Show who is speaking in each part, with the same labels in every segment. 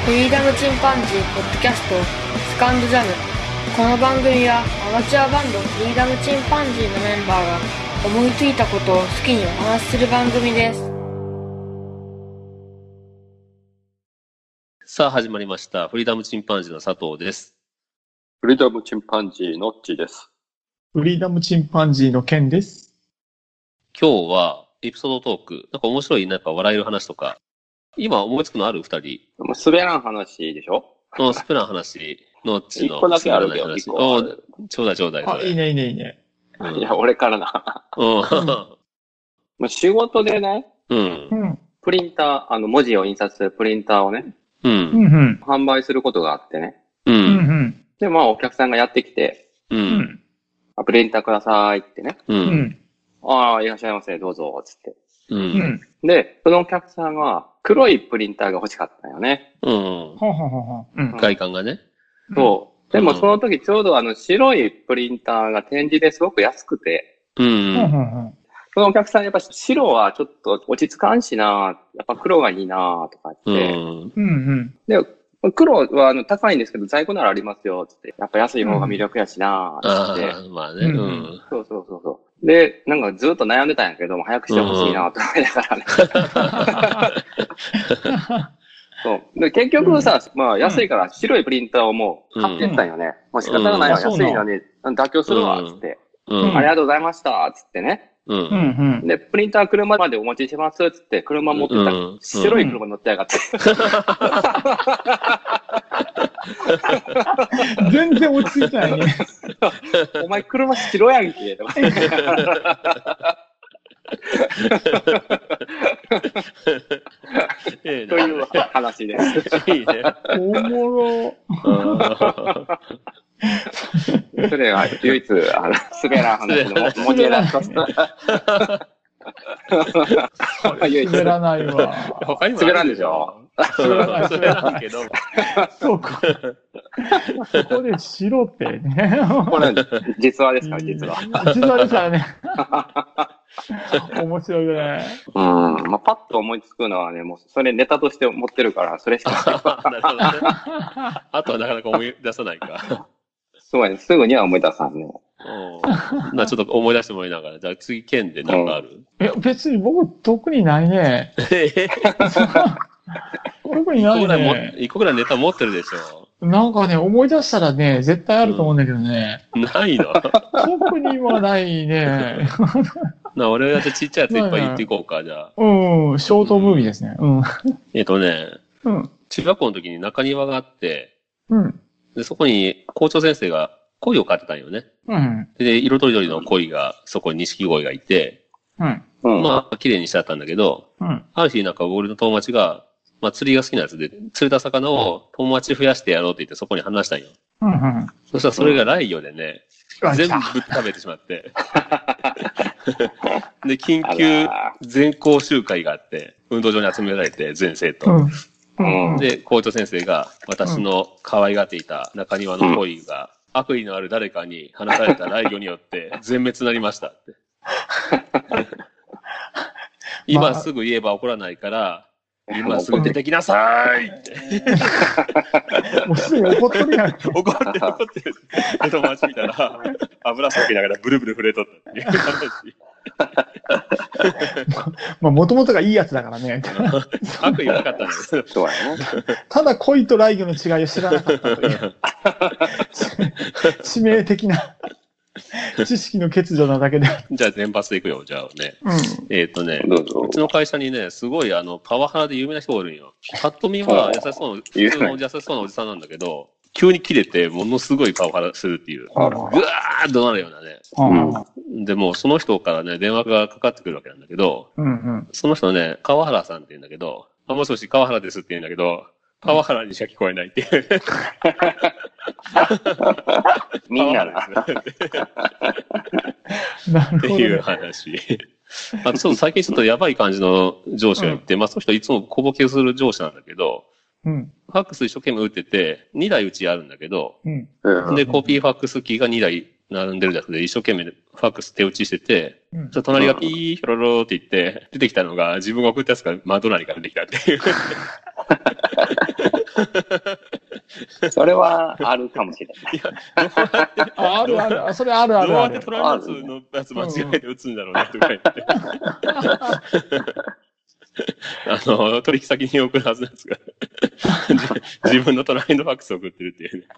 Speaker 1: フリーダムチンパンジーポッドキャストスカンドジャム。この番組はアマチュアバンドフリーダムチンパンジーのメンバーが思いついたことを好きにお話しする番組です。
Speaker 2: さあ始まりました。フリーダムチンパンジーの佐藤です。
Speaker 3: フリーダムチンパンジーのっちです。
Speaker 4: フリーダムチンパンジーのケンです。
Speaker 2: 今日はエピソードトーク、なんか面白い、なんか笑える話とか、今思いつくのある二人。
Speaker 3: 滑らん話でしょ？
Speaker 2: 滑らん話、のっちの。
Speaker 3: 一個だけあるけど、一個ある。
Speaker 2: ちょうだいちょうだい。
Speaker 4: あ、いいねいいねいいね。
Speaker 3: いや、俺からな。仕事でね、プリンター、文字を印刷するプリンターをね、販売することがあってね。で、まあ、お客さんがやってきて、プリンターくださいってね。ああ、いらっしゃいませ、どうぞ、つって。で、そのお客さんは黒いプリンターが欲しかったよね。
Speaker 2: 外観がね。
Speaker 3: そう。でもその時ちょうど白いプリンターが展示ですごく安くて。そのお客さんやっぱ白はちょっと落ち着かんしな、やっぱ黒がいいなとか言って。で、黒は高いんですけど在庫ならありますよ、つって。やっぱ安い方が魅力やしなって。
Speaker 2: まあね。
Speaker 3: そう。で、なんかずっと悩んでたんやけども、早くしてほしいなと思いながらね。そう。で、結局さ、まあ安いから白いプリンターをもう買ってったんよね。もう仕方がないわ、安いのに妥協するわ、つって。ありがとうございました、つってね。で、プリンター車までお持ちします、つって、車持ってたら、白い車乗ってやがって。
Speaker 4: 全然落ち着いてないね。
Speaker 3: お前車白やんけ、とか。という話です。
Speaker 4: いいね。おもろ。
Speaker 3: それは唯一、滑らん話の文字だった。
Speaker 4: 滑らないわ。
Speaker 3: 他にも滑らんでしょ？
Speaker 4: 滑らんけど。そうか。そこで白ってね。
Speaker 3: これ、実話ですから、実話。
Speaker 4: 実話ですからね。面白いよね。
Speaker 3: まあ、パッと思いつくのはね、もう、それネタとして持ってるから、それしかない。
Speaker 2: なるほどね。あとはなかなか思い出さないか。
Speaker 3: そうやね、すぐには思い出さんね。
Speaker 2: ちょっと思い出してもらいながら、じゃあ次、県で何かある？
Speaker 4: 別に僕、特にないね。特にないね。
Speaker 2: 一個ぐらいネタ持ってるでしょ。
Speaker 4: なんかね、思い出したらね、絶対あると思うんだけどね。
Speaker 2: ないの？
Speaker 4: 特にはないね。
Speaker 2: 俺はじゃあちっちゃいやついっぱい言っていこうか、じゃあ。
Speaker 4: ショートムービーですね。
Speaker 2: 中学校の時に中庭があって、で、そこに校長先生が鯉を飼ってたんよね。で、色とりどりの鯉が、そこに錦鯉がいて、まあ、綺麗にしてあったんだけど、ある日なんか俺の友達が、まあ、釣りが好きなやつで、釣れた魚を友達増やしてやろうって言ってそこに話したんよ。そしたらそれが雷魚でね、全部食べてしまって。で、緊急全校集会があって、運動場に集められて、全生徒。で、校長先生が、私の可愛がっていた中庭の鯉が、悪意のある誰かに放たれた雷魚によって全滅になりましたって。今すぐ言えば怒らないから、今すぐ出てきなさいって。
Speaker 4: もうすぐ怒ってるやん。
Speaker 2: 怒ってる。友達見たら、油かけながらブルブル震えとったっていう話。
Speaker 4: まあ、もともとがいいやつだからね。
Speaker 2: 悪意はなかったんだけど。
Speaker 3: そうやね。
Speaker 4: ただ恋と雷魚の違いを知らなかったという。致命的な知識の欠如なだけで。
Speaker 2: じゃあ、全発でいくよ、じゃあね。うちの会社にね、すごいパワハラで有名な人がおるんよ。パッと見は優しそうな、普通の優しそうなおじさんなんだけど、急に切れて、ものすごいパワハラするっていう。ぐわーっとなるようなね。で、もうその人からね、電話がかかってくるわけなんだけど、その人ね、川原さんって言うんだけど、もしもし川原ですって言うんだけど、パワハラにしか聞こえないっていう。
Speaker 3: みんなだ。
Speaker 2: っていう話。あとちょっと最近ちょっとやばい感じの上司がいて、まあその人いつも小ボケする上司なんだけど、ファックス一生懸命打ってて、2台うちあるんだけど、で、コピーファックス機が2台並んでるやつで一生懸命ファックス手打ちしてて、隣がピーヒョロローって言って、出てきたのが自分が送ったやつが窓なりから出てきたっていう。
Speaker 3: それはあるかもしれない。い
Speaker 4: や、あるある。それあるある。
Speaker 2: どうやってトライアルのやつ間違えて打つんだろうなとか言って。取引先に送るはずなんですが自分のトライアンドファックスを送ってるっていうね。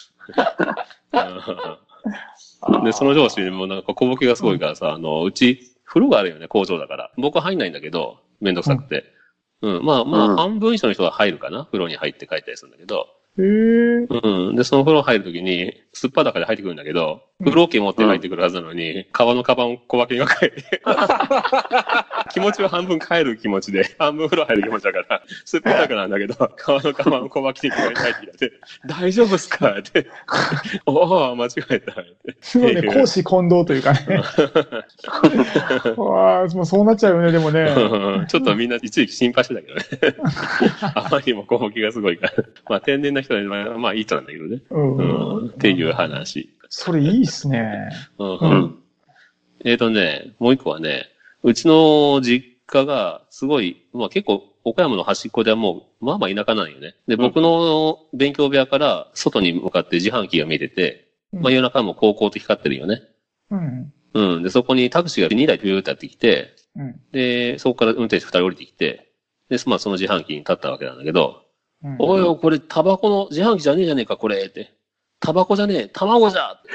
Speaker 2: で、その上司にもなんか小ボケがすごいからさ、うち、風呂があるよね、工場だから。僕は入んないんだけど、めんどくさくて。まあ、半分以上の人が入るかな、風呂に入って帰ったりするんだけど。で、その風呂入るときに、すっぱだかで入ってくるんだけど、風呂桶持って入ってくるはずなのに、革のカバンを小分けが帰って、気持ちは半分帰る気持ちで、半分風呂入る気持ちだから、すっぱだかなんだけど、革のカバンを小分けに入ってきて、大丈夫っすかって、おー、間違えた。
Speaker 4: すごいね、公私混同というかね。もうそうなっちゃうよね、でもね。
Speaker 2: ちょっとみんな一時期心配してたけどね。あまりにも小ボケがすごいから。まあ天然な人はまあいい人なんだけどね。っていう話。
Speaker 4: それいいっすね。
Speaker 2: もう一個はね、うちの実家がすごい、まあ結構岡山の端っこではもう、まあまあ田舎なんよね。で、僕の勉強部屋から外に向かって自販機が見えてて、まあ夜中も高校と光ってるよね。で、そこにタクシーが2台ピューってやってきて、で、そこから運転手2人降りてきて、で、まあその自販機に立ったわけなんだけど、おいおい、これタバコの自販機じゃねえじゃねえか、これって。タバコじゃねえ、卵じゃって。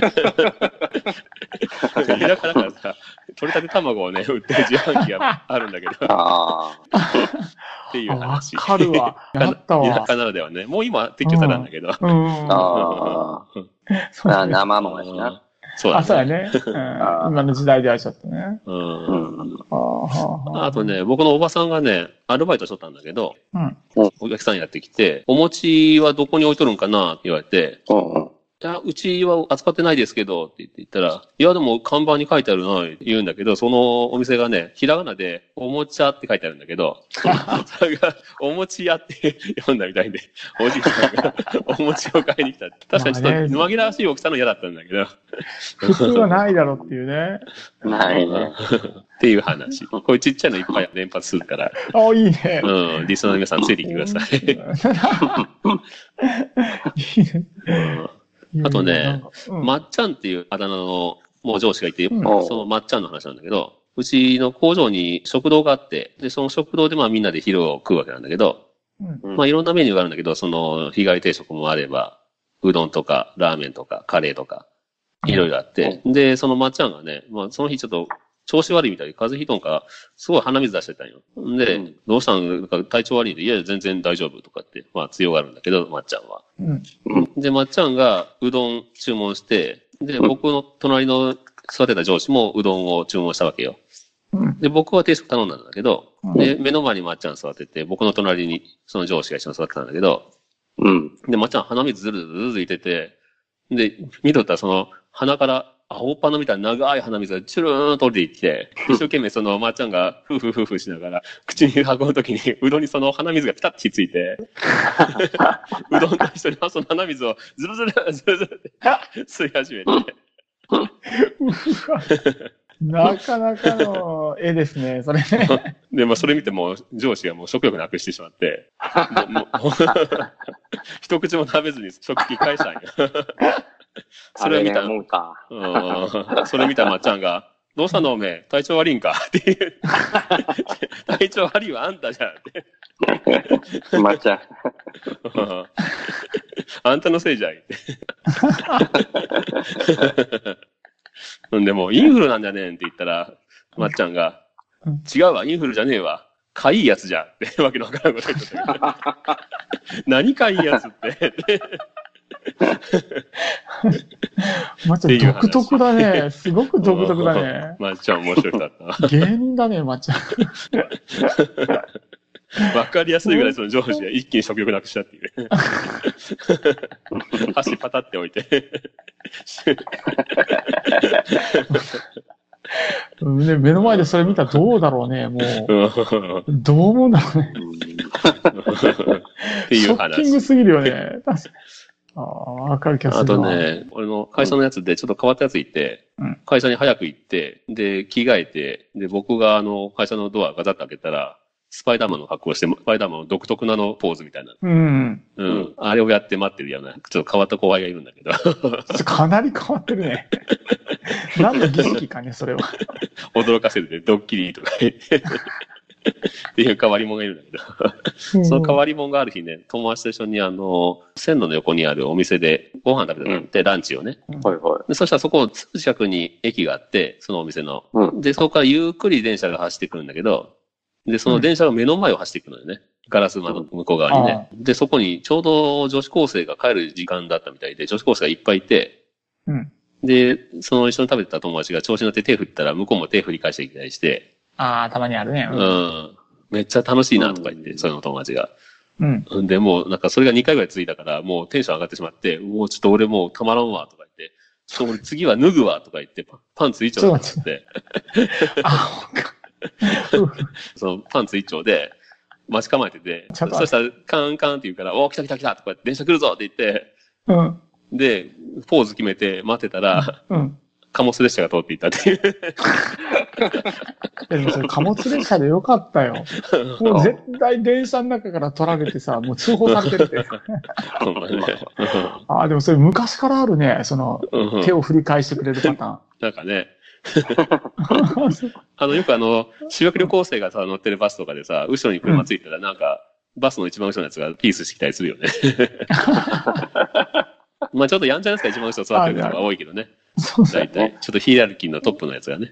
Speaker 2: 田舎だからさ、取れたて卵をね、売ってる自販機があるんだけど。っていう話。
Speaker 4: わかるわ。やったわ。
Speaker 2: 田舎ならではね。もう今、撤去されたんだけど。
Speaker 3: 生もしな。
Speaker 2: そうだね。
Speaker 4: そうやね。今の時代ではちょっとね。
Speaker 2: あとね、僕のおばさんがね、アルバイトしとったんだけど、お客さんやってきて、お餅はどこに置いとるんかなって言われて、いや、うちは扱ってないですけど、って言ったら、いや、でも看板に書いてあるな、って言うんだけど、そのお店がね、ひらがなで、おもちゃって書いてあるんだけど、それが、お餅屋って読んだみたいで、おじいさんがお餅を買いに来た。確かにちょっと紛らわしい大きさの嫌だったんだけど。
Speaker 4: 普通はないだろうっていうね。
Speaker 3: ないね。
Speaker 2: っていう話。こういうちっちゃいのいっぱい連発するから。
Speaker 4: いいね。
Speaker 2: リスナーの皆さんついてきてください。あとね、まっちゃんっていうあだ名のもう上司がいて、そのまっちゃんの話なんだけど、うちの工場に食堂があって、で、その食堂でまあみんなで昼を食うわけなんだけど、まあいろんなメニューがあるんだけど、その日帰り定食もあれば、うどんとかラーメンとかカレーとか、いろいろあって、で、そのまっちゃんがね、まあその日ちょっと調子悪いみたいで、風邪ひいとんか、すごい鼻水出してたんよ。で、どうしたんか体調悪いんで、いや、全然大丈夫とかって、まあ強がるんだけど、まっちゃんは。で、まっちゃんがうどん注文して、で、僕の隣の座ってた上司もうどんを注文したわけよ。で、僕は定食頼んだんだけど、で、目の前にまっちゃん座ってて、僕の隣にその上司が一緒に座ってたんだけど、で、まっちゃん鼻水ずるずるずいてて、で、見とったらその鼻から、青っぱのみたいな長い鼻水がチュルーンと降りていって、一生懸命そのまっちゃんがフーフーフーフーしながら、口に運ぶときに、うどんにその鼻水がピタッとひっついて、うどんと一緒にその鼻水をズルズルズルズルって吸い始めて。
Speaker 4: なかなかの絵ですね、それね。
Speaker 2: で、まあそれ見ても上司がもう食欲なくしてしまって、もう一口も食べずに食器返したんよ。それを見た、それ見たまっちゃんが、どうしたのおめえ、体調悪いんかっていう。体調悪いはあんたじゃんって。
Speaker 3: まっちゃん。
Speaker 2: あんたのせいじゃんって。でも、インフルなんじゃねえんって言ったら、まっちゃんが、違うわ、インフルじゃねえわ。かいいやつじゃんって、わけのわからんこと言ってたけど。何かいいやつって。
Speaker 4: まっちゃん独特だね。すごく独特だね。
Speaker 2: まっちゃん面白かった。
Speaker 4: 芸人だね、まっちゃん。
Speaker 2: わかりやすいぐらいその上司が一気に食欲なくしたっていう。箸パタって置いて。
Speaker 4: 目の前でそれ見たらどうだろうね、もう。どう思うんだろうね。
Speaker 2: っていう話。
Speaker 4: ショッキングすぎるよね。わかる気がする。
Speaker 2: あとね、俺の会社のやつでちょっと変わったやついて、会社に早く行って、で、着替えて、で、僕が会社のドアガザッと開けたら、 スパイダーマンの格好をして、スパイダーマンの独特なのポーズみたいな。
Speaker 4: うん。
Speaker 2: うん。あれをやって待ってるような、ちょっと変わった後輩がいるんだけど。
Speaker 4: かなり変わってるね。何の儀式かね、それは。
Speaker 2: 驚かせるで、ドッキリとか言って。っていう変わり者がいるんだけど。その変わり者がある日ね、友達と一緒に線路の横にあるお店でご飯食べてたって、ランチをね。
Speaker 3: はいはい。
Speaker 2: で、そしたらそこ、すぐ近くに駅があって、そのお店の。で、そこからゆっくり電車が走ってくるんだけど、で、その電車が目の前を走っていくのよね。ガラス窓の向こう側にね。で、そこにちょうど女子高生が帰る時間だったみたいで、女子高生がいっぱいいて、で、その一緒に食べてた友達が調子に乗って手振ったら、向こうも手振り返してきたりして、
Speaker 4: たまにあるね。
Speaker 2: めっちゃ楽しいなとか言って、その友達が。で、もうなんかそれが2回ぐらい続いたから、もうテンション上がってしまって、もうちょっと俺もうたまらんわとか言って、ちょっと俺次は脱ぐわとか言って、パンツ一丁になって。そのパンツ一丁で待ち構えてて、そしたらカーンカーンって言うから、おー来た来た来たとか電車来るぞって言って、で、ポーズ決めて待ってたら、貨物列車が通っていったっていう。
Speaker 4: でもそれ貨物列車でよかったよ。もう絶対電車の中から取られてさ、もう通報されてるって。でもそれ昔からあるね、手を振り返してくれるパターン。
Speaker 2: なんかね。よく修学旅行生がさ、乗ってるバスとかでさ、後ろに車ついたらなんか、バスの一番後ろのやつがピースしてきたりするよね。まあちょっとやんちゃなやつが一番後ろ座ってる人が多いけどね。大体。ちょっとヒエラルキーのトップのやつがね。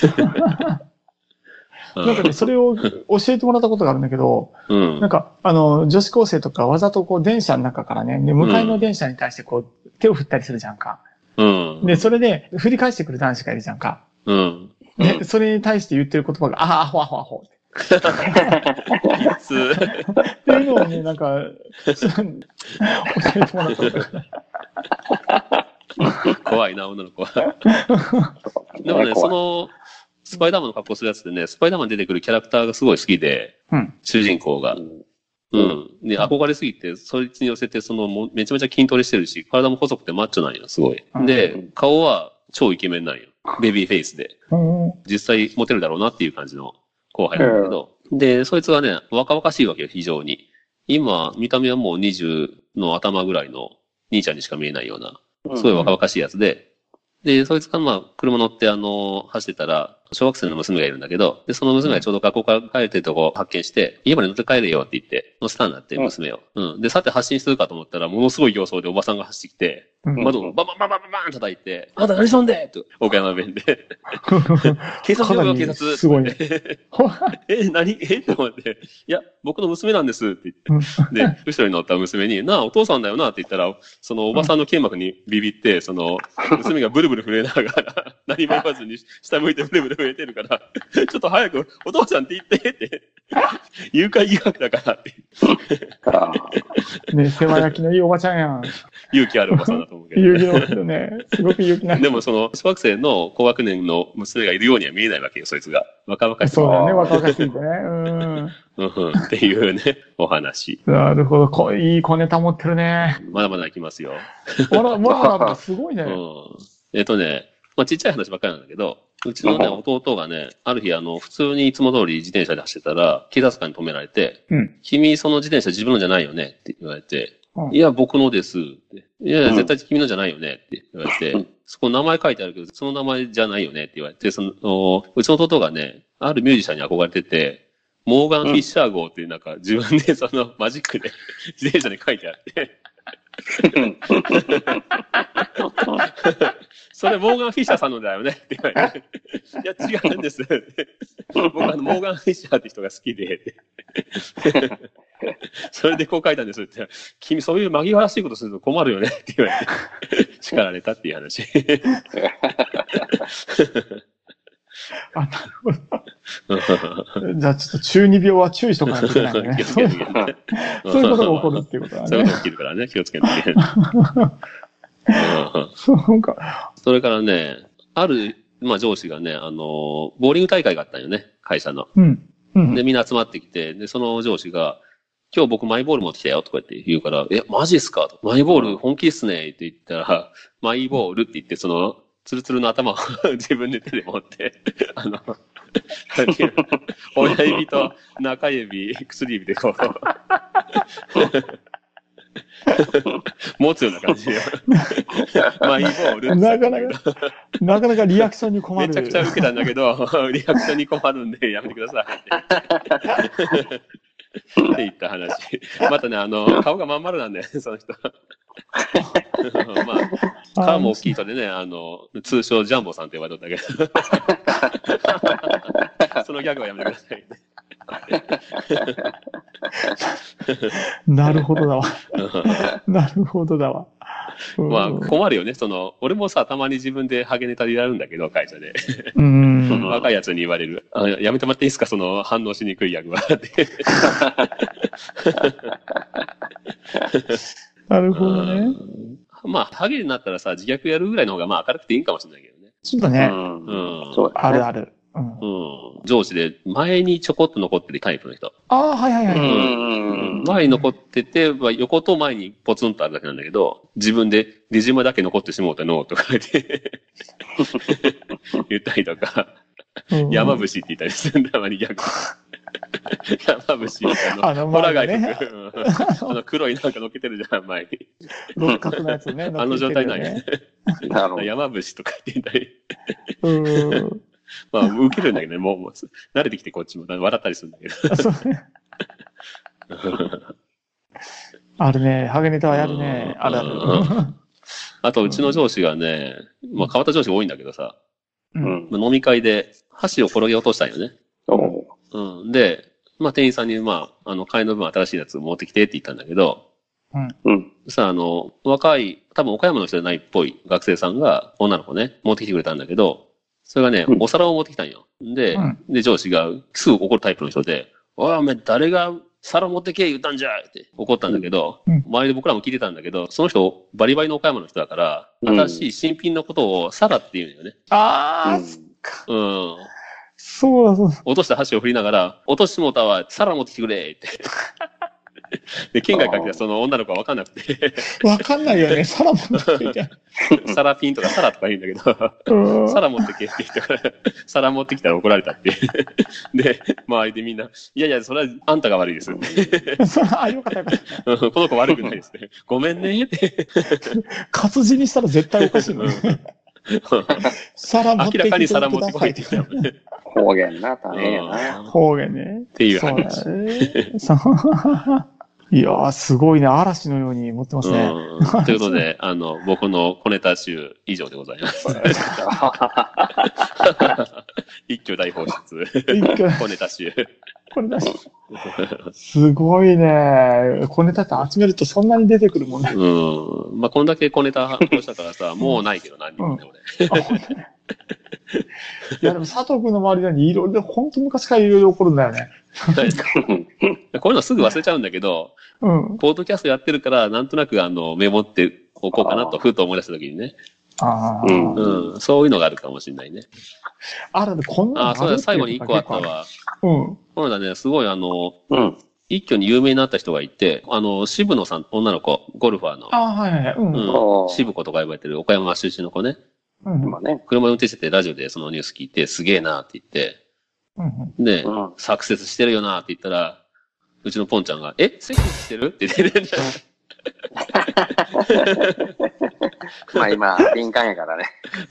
Speaker 4: なんかね、それを教えてもらったことがあるんだけど、なんか、女子高生とかわざとこう電車の中からね、向かいの電車に対してこう手を振ったりするじゃんか。で、それで振り返してくる男子がいるじゃんか。で、それに対して言ってる言葉が、アホアホアホって。っていうのをね、なんか、教えてもらったことが。
Speaker 2: 怖いな、女の子は。でもね、スパイダーマンの格好するやつでね、スパイダーマン出てくるキャラクターがすごい好きで、主人公が。で、憧れすぎて、そいつに寄せて、めちゃめちゃ筋トレしてるし、体も細くてマッチョなんよ、すごい。で、顔は超イケメンなんよ。ベビーフェイスで。実際モテるだろうなっていう感じの後輩なんだけど。で、そいつはね、若々しいわけよ、非常に。今、見た目はもう20の頭ぐらいの兄ちゃんにしか見えないような、すごい若々しいやつで、で、そいつが車乗って走ってたら、小学生の娘がいるんだけど、で、その娘がちょうど学校から帰ってるとこを発見して、家まで乗って帰れよって言って、乗せたんだって、娘を。で、さて発進するかと思ったら、ものすごい形相でおばさんが走ってきて、窓をバンバンバンバンバン叩いて、あんた何しとんでと、岡山弁で。警察呼ぶよ、警察。
Speaker 4: すごいね。
Speaker 2: 何と思って、いや、僕の娘なんですって言って。で、後ろに乗った娘に、お父さんだよなって言ったら、そのおばさんの剣幕にビビって、娘がブルブル震えながら、何も言わずに下向いてブルブル震えてるから、ちょっと早くお父さんって言ってって、誘拐疑惑だからって。
Speaker 4: ね、世話焼きのいいおばちゃんやん。
Speaker 2: 勇気あるおばさんだと思うけど、
Speaker 4: 勇気の人ね。すごく勇気ない。
Speaker 2: でも小学生の高学年の娘がいるようには見えないわけよ、そいつが。若々しい。
Speaker 4: そうだね、若々しいんでね。
Speaker 2: っていうね、お話。
Speaker 4: なるほど。いい小ネタ持ってるね。
Speaker 2: まだまだいきますよ。
Speaker 4: まだすごいね。
Speaker 2: ちっちゃい話ばっかりなんだけど、うちのね、弟がね、ある日普通にいつも通り自転車で走ってたら、警察官に止められて、君その自転車自分のじゃないよねって言われて、いや、僕のですって。いや、絶対君のじゃないよねって言われて、そこ名前書いてあるけど、その名前じゃないよねって言われて、うちの弟がね、あるミュージシャンに憧れてて、モーガン・フィッシャー号っていうなんか自分でマジックで自転車に書いてあって、それモーガン・フィッシャーさんのだよねって言われて、いや違うんです。僕モーガン・フィッシャーって人が好きで、それでこう書いたんですって。君そういう紛らわしいことすると困るよねって言われて、叱られたっていう話。
Speaker 4: なるほど。じゃあちょっと中二病は注意しとかないといけないね。そういうことが起こるっていうことだね。
Speaker 2: そういうことが起きるからね、気をつけなきゃいけない。それからね、ある、上司がね、ボーリング大会があったんよね、会社の。で、みんな集まってきて、で、その上司が、今日僕マイボール持ってきたよとかって言うから、マジっすかと。マイボール本気っすねって言ったら、マイボールって言って、 ツルツルの頭を自分で手で持って、親指と中指、薬指でこう、持つような感じで。まあ、いい方を売るんですけど。
Speaker 4: なかなかリアクションに困る。
Speaker 2: めちゃくちゃ受けたんだけど、リアクションに困るんでやめてください。って言った話。またね、顔がまん丸なんだよね、その人。まあ、顔も大きい人でね、通称ジャンボさんって呼ばれたんだけど。そのギャグはやめてくださいね。
Speaker 4: なるほどだわ。なるほどだわ。
Speaker 2: まあ、困るよね。俺もさ、たまに自分でハゲネタでやるんだけど、会社で。若いやつに言われる。やめてもらっていいですか、反応しにくいギャグは。
Speaker 4: なるほどね。
Speaker 2: まあ、ハゲになったらさ、自虐やるぐらいの方がまあ明るくていいんかもしれないけどね。
Speaker 4: そうだね。
Speaker 3: そうだね。
Speaker 4: あるある。
Speaker 2: 上司で前にちょこっと残ってるタイプの人。
Speaker 4: ああ、はいはいはい。
Speaker 2: 前に残ってて、横と前にポツンとあるだけなんだけど、自分でレジュメだけ残ってしもうたのとか言って言ったりとか、山伏って言ったりするんだ、たまに逆に。山伏、ホラガイとか、黒いなんか乗っけてるじゃん、前に。
Speaker 4: 六角のやつね。
Speaker 2: 状態なんや。山伏とか言ってたり。まあ、受けるんだけどね、もう、慣れてきてこっちも笑ったりするんだけど。
Speaker 4: あるね、ハゲネタはやるね、あるある。
Speaker 2: あと、うちの上司がね、まあ、変わった上司が多いんだけどさ、飲み会で箸を転げ落としたんよね。で、まあ、店員さんに、まあ、替えの分新しいやつ持ってきてって言ったんだけど、さ、若い、多分岡山の人じゃないっぽい学生さんが、女の子ね、持ってきてくれたんだけど、それがね、お皿を持ってきたんよ。で、上司がすぐ怒るタイプの人で、お前誰が皿持ってけ言ったんじゃって怒ったんだけど、周りで僕らも聞いてたんだけど、その人、バリバリの岡山の人だから、新しい新品のことを皿って言うんだよね。
Speaker 4: そうだそうだ。
Speaker 2: 落とした箸を振りながら、落としてもうたわ、皿持ってきてくれって。で、県外から来たその女の子は分かんなくて。
Speaker 4: 分かんないよね。皿持ってきて。
Speaker 2: 皿ピンとか皿とか言うんだけど、皿持ってけって言ったから、皿持ってきたら怒られたって。で、周りでみんな、いやいや、それはあんたが悪いです。
Speaker 4: あ、よかったよかった。
Speaker 2: この子悪くないですね。ごめんねって。
Speaker 4: 活字にしたら絶対おかしいのね。皿持ってきて。
Speaker 2: 明らかに皿持ってこいって言ったよね。
Speaker 3: 方言な、大変やな。
Speaker 4: 方言ね。
Speaker 2: っていう話。
Speaker 4: いやー、すごいね。嵐のように持ってますね。
Speaker 2: ということで、僕の小ネタ集以上でございます。一挙大放出。小ネタ集。
Speaker 4: 小ネタ集。すごいね。小ネタって集めるとそんなに出てくるもんね。
Speaker 2: まあ、こんだけ小ネタ発表したからさ、もうないけど何にもね、俺。
Speaker 4: いや、でも佐藤くんの周りにいろいろ、本当昔からいろいろ起こるんだよね。
Speaker 2: こういうのすぐ忘れちゃうんだけど、ポッドキャストやってるから、なんとなくメモっておこうかなと、ふと思い出したときにね。そういうのがあるかもしれないね。
Speaker 4: こんなの
Speaker 2: そうだ、最後に一個あったわ。そうだね、すごい一挙に有名になった人がいて、渋野さん、女の子、ゴルファーの。渋子とか呼ばれてる岡山出身の子ね。車運転しててラジオでそのニュース聞いて、すげえなって言って、で、サクセスしてるよなって言ったら、うちのポンちゃんが、セックスしてるって言ってるんだよ。
Speaker 3: まあ今、敏感やからね。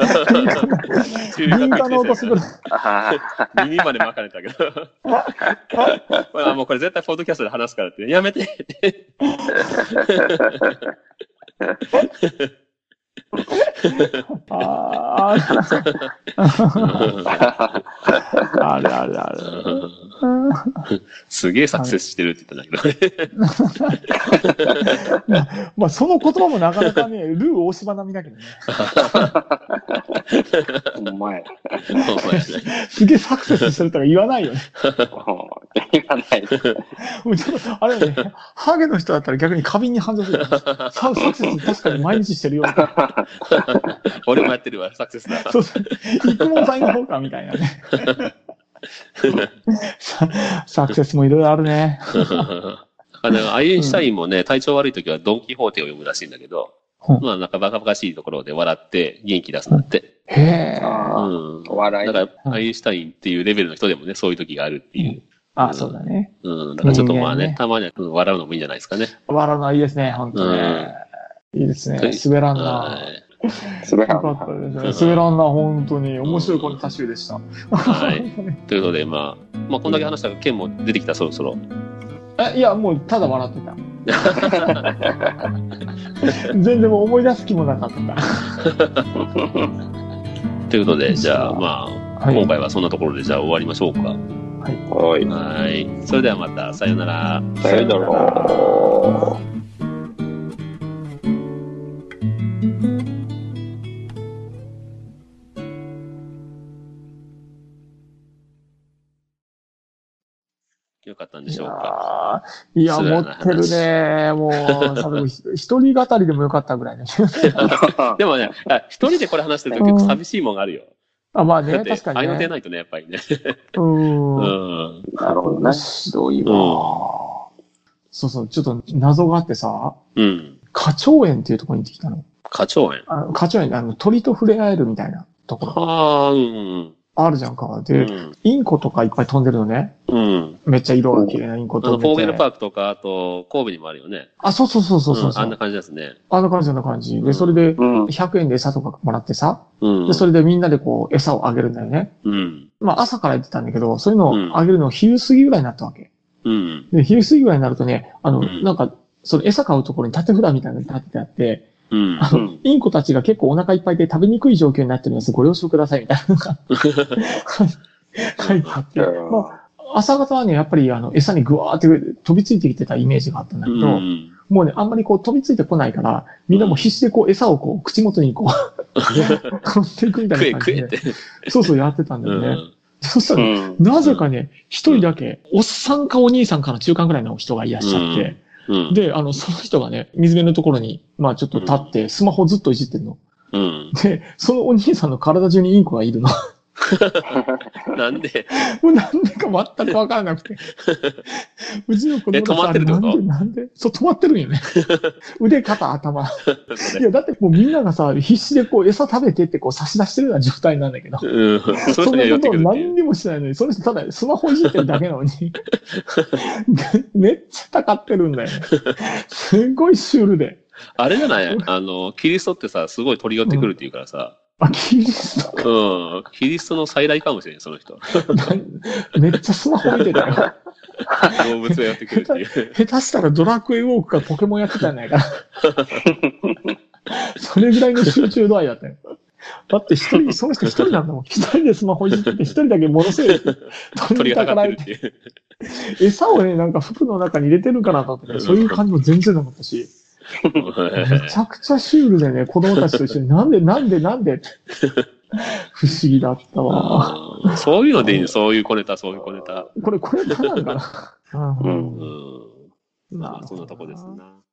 Speaker 4: 敏感な音する。
Speaker 2: 耳まで巻かれたけど。もうこれ絶対ポッドキャストで話すからって、やめてって。
Speaker 4: あるあるある。
Speaker 2: すげえサクセスしてるって言ったんだけど。
Speaker 4: まあその言葉もなかなかね、ルー大柴並みだけどね。
Speaker 3: お前。
Speaker 4: すげえサクセスしてるとか言わないよね。
Speaker 3: 言わない。
Speaker 4: あれね、ハゲの人だったら逆に過敏に反応する。サクセス確かに毎日してるよ。
Speaker 2: 俺もやってるわ、サクセスだ。
Speaker 4: そうそう。育毛剤の方かみたいなね。サクセスもいろいろあるね。
Speaker 2: アインシュタインもね、体調悪い時はドンキホーテを読むらしいんだけど、 まあなんかバカバカしいところで笑って元気出すなって。
Speaker 4: へえ。
Speaker 3: 笑い。
Speaker 2: だから、アインシュタインっていうレベルの人でもね、そういう時があるっていう。
Speaker 4: そうだね。
Speaker 2: だからちょっとまあね、たまには笑うのもいいんじゃないですかね。
Speaker 4: 笑うのはいいですね、本当ね。いいですね。滑らんな。滑らんな。滑らんな、本当に。面白いこの多集でした。
Speaker 2: はい。ということで、まあ、こんだけ話したら、ケンも出てきた、そろそろ。
Speaker 4: いや、もう、ただ笑ってた。全然もう思い出す気もなかった。
Speaker 2: ということで、じゃあ、まあ、今回はそんなところで、じゃあ終わりましょうか。
Speaker 3: はい。
Speaker 2: はい。それではまた、さよなら。
Speaker 3: さよなら。
Speaker 2: よかったんでしょうか。
Speaker 4: いや、持ってるね。もう、一人語りでもよかったぐらいね。
Speaker 2: でもね、一人でこれ話してると結構寂しいもんがあるよ。
Speaker 4: まあね、確かにね。
Speaker 2: 合いの手ないとね、やっぱりね。
Speaker 3: なるほどね。どういう
Speaker 4: そうそう、ちょっと謎があってさ、花鳥園っていうところに行ってきたの。
Speaker 2: 花鳥園
Speaker 4: 花鳥園、鳥と触れ合えるみたいなところ。あるじゃんか。で、インコとかいっぱい飛んでるのね。めっちゃ色が綺麗なインコ飛んでて。
Speaker 2: フォーゲルパークとか、あと、神戸にもあるよね。
Speaker 4: そうそう。
Speaker 2: あんな感じですね。
Speaker 4: あんな感じ。で、それで、100円で餌とかもらってさ。で、それでみんなでこう、餌をあげるんだよね。まあ、朝から言ってたんだけど、そういうのをあげるの昼過ぎぐらいになったわけ。で、昼過ぎぐらいになるとね、なんか、その餌買うところに縦札みたいなのが立ててあって、インコたちが結構お腹いっぱいで食べにくい状況になってるのです。ご了承くださいみたいなのが書いてあって、朝方はね、やっぱり餌にぐわーって飛びついてきてたイメージがあったんだけど、もうね、あんまりこう飛びついてこないから、みんなも必死でこう餌をこう口元にこう、取っていくみたいな感じで、そうやってたんだよね。そしたら、なぜかね、一人だけ、おっさんかお兄さんかの中間ぐらいの人がいらっしゃって、で、その人がね、水辺のところに、まあちょっと立って、スマホずっといじってんの。で、そのお兄さんの体中にインコがいるの。
Speaker 2: なんで
Speaker 4: もうなんでか全くわからなくて。うちの子供
Speaker 2: 止まってるってこと
Speaker 4: なんでそう、止まってるんよね。腕、肩、頭。いや、だってもうみんながさ、必死でこう餌食べてってこう差し出してるような状態なんだけど。
Speaker 2: そんな
Speaker 4: ことを何にもしないのに、その人ただスマホいじってるだけなのに。めっちゃたかってるんだよね。すごいシュールで。
Speaker 2: あれじゃないキリストってさ、すごい取り寄ってくるって言うからさ。
Speaker 4: キリスト
Speaker 2: キリストの再来かもしれん、その人。
Speaker 4: めっちゃスマホ見てたよ。
Speaker 2: 動物がやってくるっていう。
Speaker 4: 下手したらドラクエウォークかポケモンやってたんじゃないかな。それぐらいの集中度合いだったよ。だってその人一人なんだもん。一人でスマホいじってて、一人だけものすごい
Speaker 2: 鳥がたかってるっていう。
Speaker 4: 餌をね、なんか服の中に入れてるからだって、そういう感じも全然なかったし。めちゃくちゃシュールでね、子供たちと一緒になんで不思議だったわ。
Speaker 2: そういうのでいいね、そういう小ネタ。これ
Speaker 4: 小ネタなんかな。
Speaker 2: まあ、そんなとこですな。